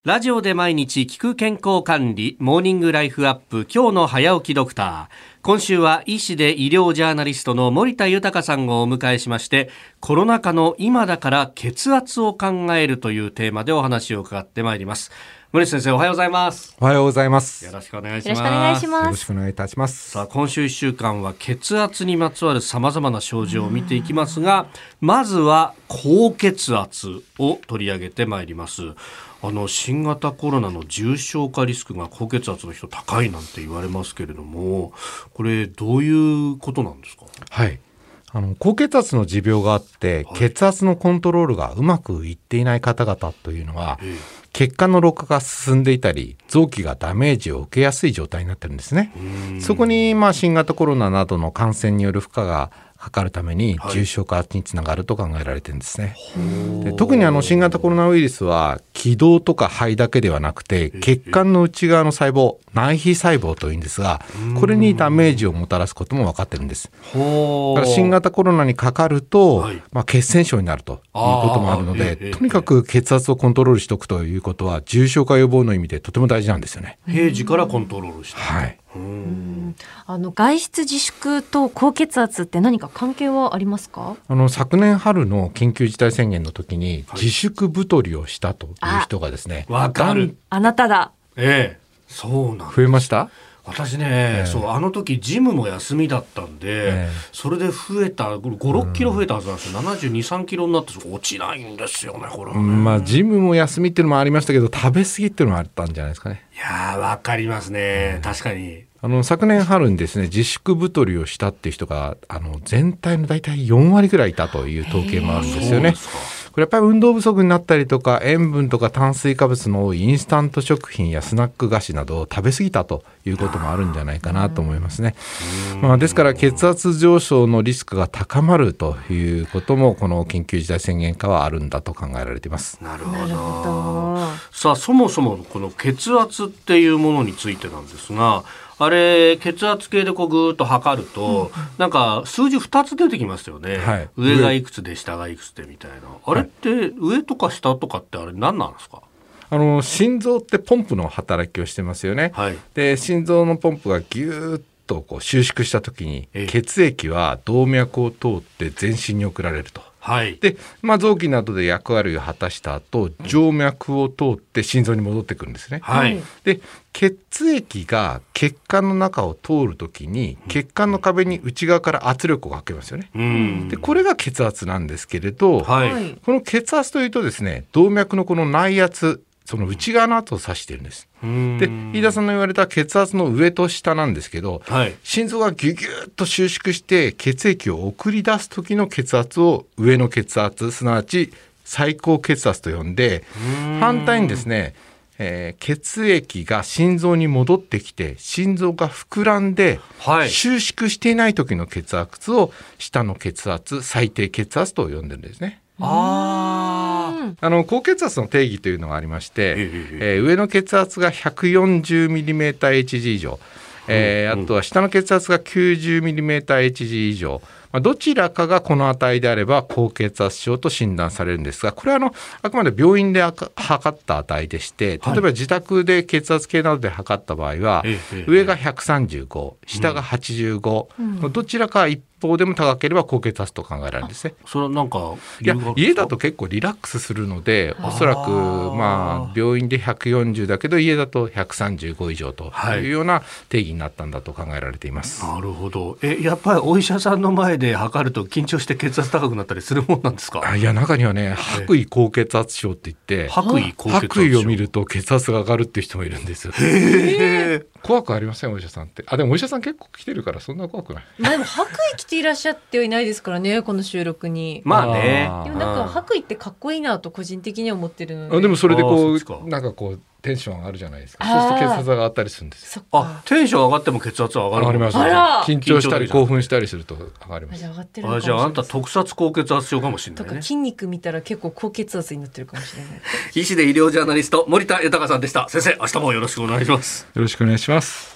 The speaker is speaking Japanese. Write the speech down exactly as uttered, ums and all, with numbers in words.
ラジオで毎日聞く健康管理モーニングライフアップ、今日の早起きドクター。今週は医師で医療ジャーナリストの森田豊さんをお迎えしまして、コロナ禍の今だから血圧を考えるというテーマでお話を伺ってまいります。森田先生、おはようございます。 おはようございます。 よろしくお願いします。 よろしくお願いします。 よろしくお願いいたします。 さあ、今週いっしゅうかんは血圧にまつわるさまざまな症状を見ていきますが、まずは高血圧を取り上げてまいります。あの新型コロナの重症化リスクが高血圧の人高いなんて言われますけれども、これどういうことなんですか？ はい、あの高血圧の持病があって、はい、血圧のコントロールがうまくいっていない方々というのは、ええ、血管の老化が進んでいたり臓器がダメージを受けやすい状態になってるんですね。そこに、まあ、新型コロナなどの感染による負荷がかかるために重症化につながると考えられてるんですね。はい、で特にあの新型コロナウイルスは気道とか肺だけではなくて、血管の内側の細胞、内皮細胞というんですが、これにダメージをもたらすことも分かってるんです。だから新型コロナにかかると、はい、まあ、血栓症になるということもあるので、とにかく血圧をコントロールしておくということは重症化予防の意味でとても大事なんですよね。 平時からコントロールして、 はい、 うん、あの外出自粛と高血圧って何か関係はありますか？ あの昨年春の緊急事態宣言の時に自粛太りをしたという人がですね、 わかる、 あなただ。 ええ、そうなんです。 増えました。 私ね、 えー、 そうあの時ジムも休みだったんで、えー、それで増えたご、ろっキロ増えたはずなんですよ。ななじゅうに、さんキロになって落ちないんですよね、これはね。 まあ、ジムも休みっていうのもありましたけど、食べ過ぎっていうのもあったんじゃないですかね。 いやー、わかりますね、確かに。 あの昨年春にですね、自粛太りをしたっていう人があの全体の大体よんわりぐらいいたという統計もあるんですよね。これやっぱり運動不足になったりとか、塩分とか炭水化物の多いインスタント食品やスナック菓子などを食べ過ぎたということもあるんじゃないかなと思いますね。まあ、ですから血圧上昇のリスクが高まるということもこの緊急事態宣言下はあるんだと考えられています。 なるほど。さあ、そもそもこの血圧っていうものについてなんですが、あれ血圧計でこうぐーっと測ると、うん、なんか数字ふたつ出てきますよね。はい、上がいくつで下がいくつでみたいな。あれって上とか下とかってあれ何なんですか？ あの心臓ってポンプの働きをしてますよね。はい、で心臓のポンプがギューッとこう収縮した時に血液は動脈を通って全身に送られると。はい、で、まあ、臓器などで役割を果たした後、静脈を通って心臓に戻ってくるんですね。はい、で血液が血管の中を通るときに血管の壁に内側から圧力をかけますよね。うん、でこれが血圧なんですけれど、はい、この血圧というとですね、動脈のこの内圧、その内側の圧を指しているんです。で飯田さんの言われた血圧の上と下なんですけど、はい、心臓がギュギュッと収縮して血液を送り出す時の血圧を上の血圧、すなわち最高血圧と呼んで、反対にですね、えー、血液が心臓に戻ってきて心臓が膨らんで、はい、収縮していない時の血圧を下の血圧、最低血圧と呼んでるんですね。ああの高血圧の定義というのがありまして、えー、上の血圧が ひゃくよんじゅうミリメーターエイチジー 以上、えー、あとは下の血圧が きゅうじゅうミリメーターエイチジー 以上、まあ、どちらかがこの値であれば高血圧症と診断されるんですが、これはあのあくまで病院で測った値でして、例えば自宅で血圧計などで測った場合は、はい、上がひゃくさんじゅうご、下がはちじゅうご、うん、どちらか一方でも高ければ高血圧と考えられるんですね。 それはなんかいや家だと結構リラックスするので、おそらくまあ病院でひゃくよんじゅうだけど家だとひゃくさんじゅうご以上というような定義になったんだと考えられています。 はい、なるほど。えやっぱりお医者さんの前で測ると緊張して血圧高くなったりするもんなんですか？ あいや中にはね、白衣高血圧症って言って白衣高血圧症、 白衣を見ると血圧が上がるっていう人もいるんですよ。へー、怖くありませんお医者さんって。あでもお医者さん結構来てるからそんな怖くない。 まあ、でも白衣着ていらっしゃってはいないですからね、この収録に。 まあね、 でもなんか白衣ってかっこいいなと個人的には思ってるので。 あでもそれでこうなんかこうテンション上がるじゃないですか。そうすると血圧が上がったりするんですよ。 あテンション上がっても血圧は上がる。 上がります。 あら緊張したり興奮したりすると上がります。 あじゃあ上がってるのかもしれない。あじゃああれない。 んた特撮高血圧症かもしれないね。 とか筋肉見たら結構高血圧になってるかもしれない。 医師で医療ジャーナリスト森田豊さんでした。先生、明日もよろしくお願いします。 よろしくお願いします。